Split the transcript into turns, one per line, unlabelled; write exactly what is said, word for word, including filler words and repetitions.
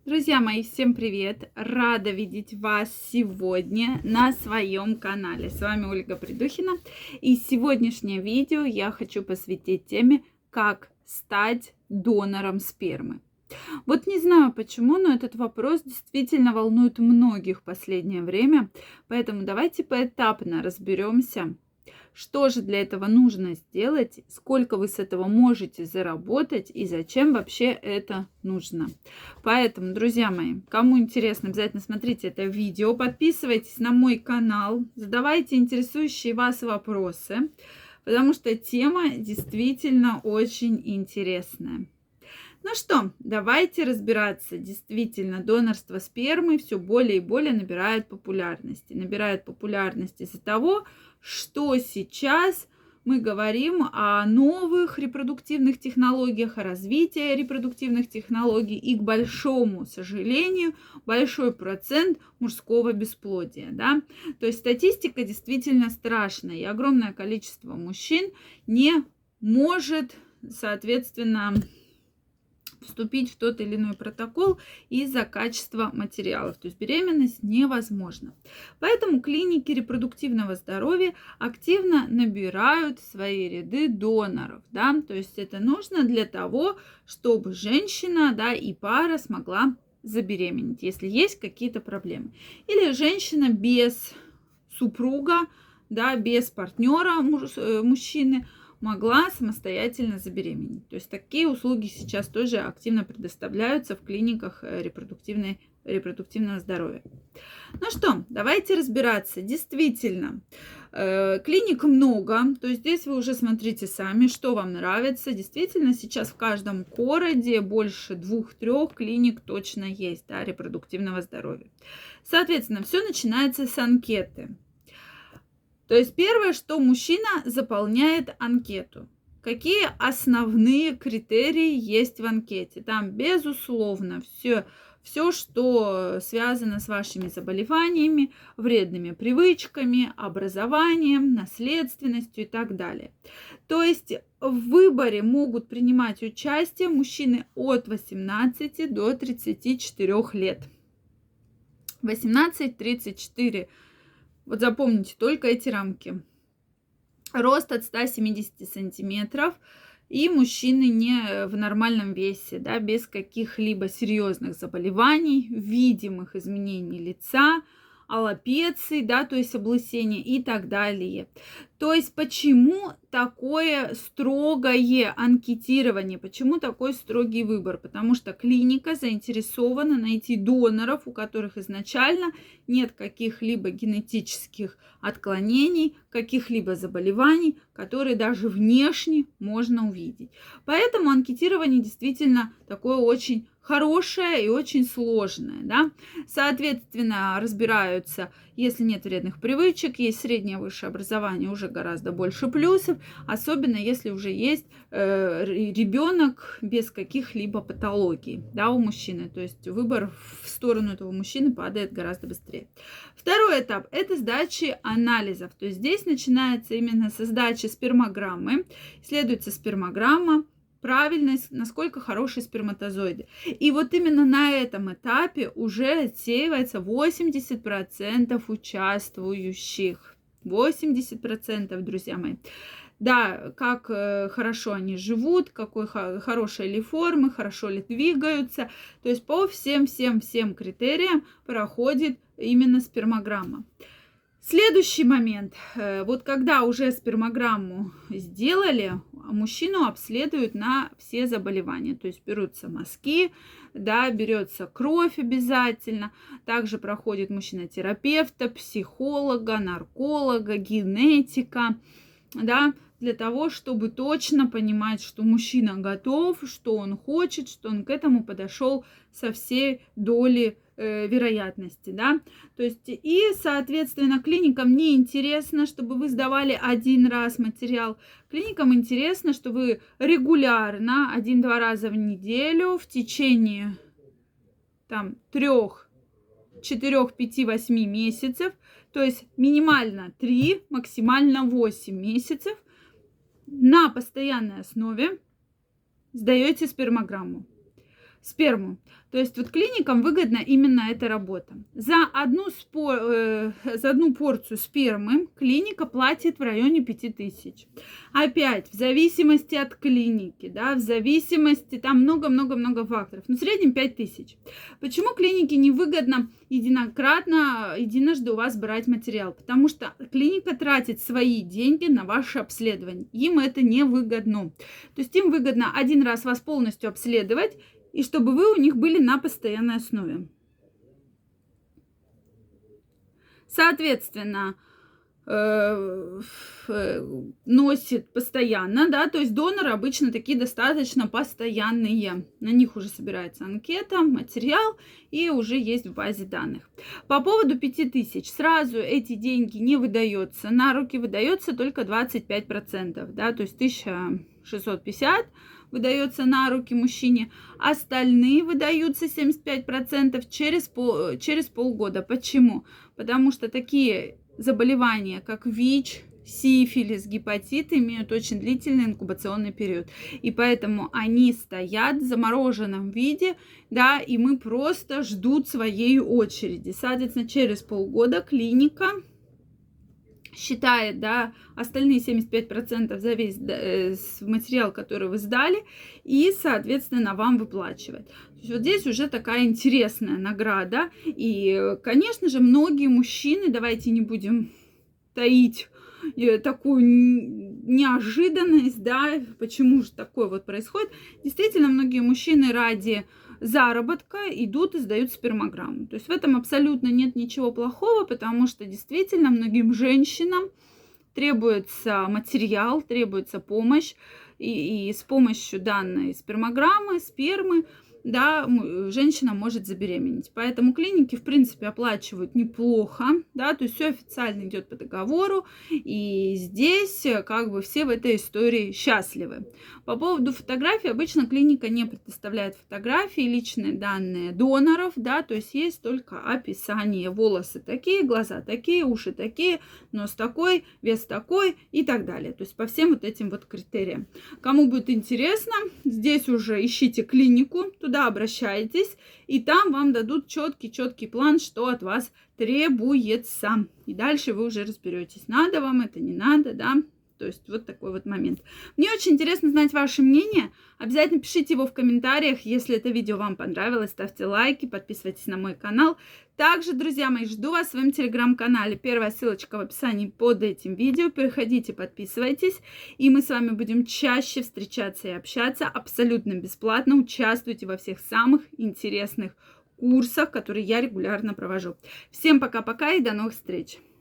Друзья мои, всем привет! Рада видеть вас сегодня на своем канале. С вами Ольга Придухина. И сегодняшнее видео я хочу посвятить теме, как стать донором спермы. Вот не знаю почему, но этот вопрос действительно волнует многих в последнее время. Поэтому давайте поэтапно разберемся, что же для этого нужно сделать, сколько вы с этого можете заработать и зачем вообще это нужно. Поэтому, друзья мои, кому интересно, обязательно смотрите это видео, подписывайтесь на мой канал, задавайте интересующие вас вопросы, потому что тема действительно очень интересная. Ну что, давайте разбираться. Действительно, донорство спермы все более и более набирает популярности. Набирает популярность из-за того, что сейчас мы говорим о новых репродуктивных технологиях, о развитии репродуктивных технологий и, к большому сожалению, большой процент мужского бесплодия. Да? То есть статистика действительно страшная, и огромное количество мужчин не может, соответственно, вступить в тот или иной протокол из-за качества материалов. То есть беременность невозможна. Поэтому клиники репродуктивного здоровья активно набирают в свои ряды доноров. Да? То есть это нужно для того, чтобы женщина, да, и пара смогла забеременеть, если есть какие-то проблемы. Или женщина без супруга, да, без партнера мужчины, могла самостоятельно забеременеть. То есть такие услуги сейчас тоже активно предоставляются в клиниках репродуктивной, репродуктивного здоровья. Ну что, давайте разбираться. Действительно, э, клиник много, то есть здесь вы уже смотрите сами, что вам нравится. Действительно, сейчас в каждом городе больше двух-трех клиник точно есть, да, репродуктивного здоровья. Соответственно, все начинается с анкеты. То есть первое, что мужчина заполняет анкету. Какие основные критерии есть в анкете? Там, безусловно, все, все, что связано с вашими заболеваниями, вредными привычками, образованием, наследственностью и так далее. То есть в выборе могут принимать участие мужчины от восемнадцати до тридцати четырёх лет. восемнадцать тридцать четыре. Вот запомните только эти рамки. Рост от ста семидесяти сантиметров и мужчины не в нормальном весе, да, без каких-либо серьезных заболеваний, видимых изменений лица, аллопеции, да, то есть облысения и так далее. То есть почему такое строгое анкетирование, почему такой строгий выбор? Потому что клиника заинтересована найти доноров, у которых изначально нет каких-либо генетических отклонений, каких-либо заболеваний, которые даже внешне можно увидеть. Поэтому анкетирование действительно такое очень хорошее и очень сложное. Да? Соответственно, разбираются, если нет вредных привычек, есть среднее высшее образование, уже гораздо больше плюсов, особенно если уже есть э, ребенок без каких-либо патологий, да, у мужчины. То есть выбор в сторону этого мужчины падает гораздо быстрее. Второй этап – это сдача анализов. То есть здесь начинается именно со сдачи спермограммы, исследуется спермограмма, правильность, насколько хорошие сперматозоиды. И вот именно на этом этапе уже отсеивается восемьдесят процентов участвующих. восемьдесят процентов, друзья мои. Да, как э, хорошо они живут, какой х- хорошей ли формы, хорошо ли двигаются. То есть по всем-всем-всем критериям проходит именно спермограмма. Следующий момент. Вот когда уже спермограмму сделали, мужчину обследуют на все заболевания. То есть берутся мазки, да, берется кровь обязательно. Также проходит мужчина-терапевта, психолога, нарколога, генетика, да, для того, чтобы точно понимать, что мужчина готов, что он хочет, что он к этому подошел со всей долей э, вероятности, да. То есть и, соответственно, клиникам не интересно, чтобы вы сдавали один раз материал. Клиникам интересно, что вы регулярно, один-два раза в неделю в течение там трех, четырех, пяти, восьми месяцев, то есть минимально три, максимально восемь месяцев на постоянной основе сдаете спермограмму. сперму. То есть вот клиникам выгодна именно эта работа. За одну, спо, э, за одну порцию спермы клиника платит в районе пяти тысяч. Опять, в зависимости от клиники, да, в зависимости, там много-много-много факторов. Но в среднем пять тысяч. Почему клинике невыгодно единократно, единожды у вас брать материал? Потому что клиника тратит свои деньги на ваше обследование. Им это невыгодно. То есть им выгодно один раз вас полностью обследовать, и чтобы вы у них были на постоянной основе. Соответственно, носит постоянно, да, то есть доноры обычно такие достаточно постоянные. На них уже собирается анкета, материал и уже есть в базе данных. По поводу пяти тысяч. Сразу эти деньги не выдается. На руки выдается только двадцать пять процентов, да, то есть тысяча шестьсот пятьдесят выдается на руки мужчине, остальные выдаются семьдесят пять процентов через, пол, через полгода. Почему? Потому что такие заболевания, как ВИЧ, сифилис, гепатит, имеют очень длительный инкубационный период. И поэтому они стоят в замороженном виде, да, и мы просто ждут своей очереди. Соответственно, через полгода клиника считает, да, остальные семьдесят пять процентов за весь э, материал, который вы сдали, и, соответственно, вам выплачивает. То есть вот здесь уже такая интересная награда. И, конечно же, многие мужчины, давайте не будем таить такую неожиданность, да, почему же такое вот происходит. Действительно, многие мужчины ради заработка идут и сдают спермограмму. То есть в этом абсолютно нет ничего плохого, потому что действительно многим женщинам требуется материал, требуется помощь, и, и с помощью данной спермограммы, спермы, да, женщина может забеременеть. Поэтому клиники, в принципе, оплачивают неплохо, да, то есть все официально идет по договору, и здесь как бы все в этой истории счастливы. По поводу фотографий, обычно клиника не предоставляет фотографии, личные данные доноров, да, то есть есть только описание: волосы такие, глаза такие, уши такие, нос такой, вес такой и так далее. То есть по всем вот этим вот критериям. Кому будет интересно, здесь уже ищите клинику, туда обращайтесь, и там вам дадут четкий-четкий план, что от вас требуется. И дальше вы уже разберетесь, надо вам это, не надо, да. То есть вот такой вот момент. Мне очень интересно знать ваше мнение. Обязательно пишите его в комментариях. Если это видео вам понравилось, ставьте лайки, подписывайтесь на мой канал. Также, друзья мои, жду вас в своем телеграм-канале. Первая ссылочка в описании под этим видео. Переходите, подписывайтесь. И мы с вами будем чаще встречаться и общаться абсолютно бесплатно. Участвуйте во всех самых интересных курсах, которые я регулярно провожу. Всем пока-пока и до новых встреч!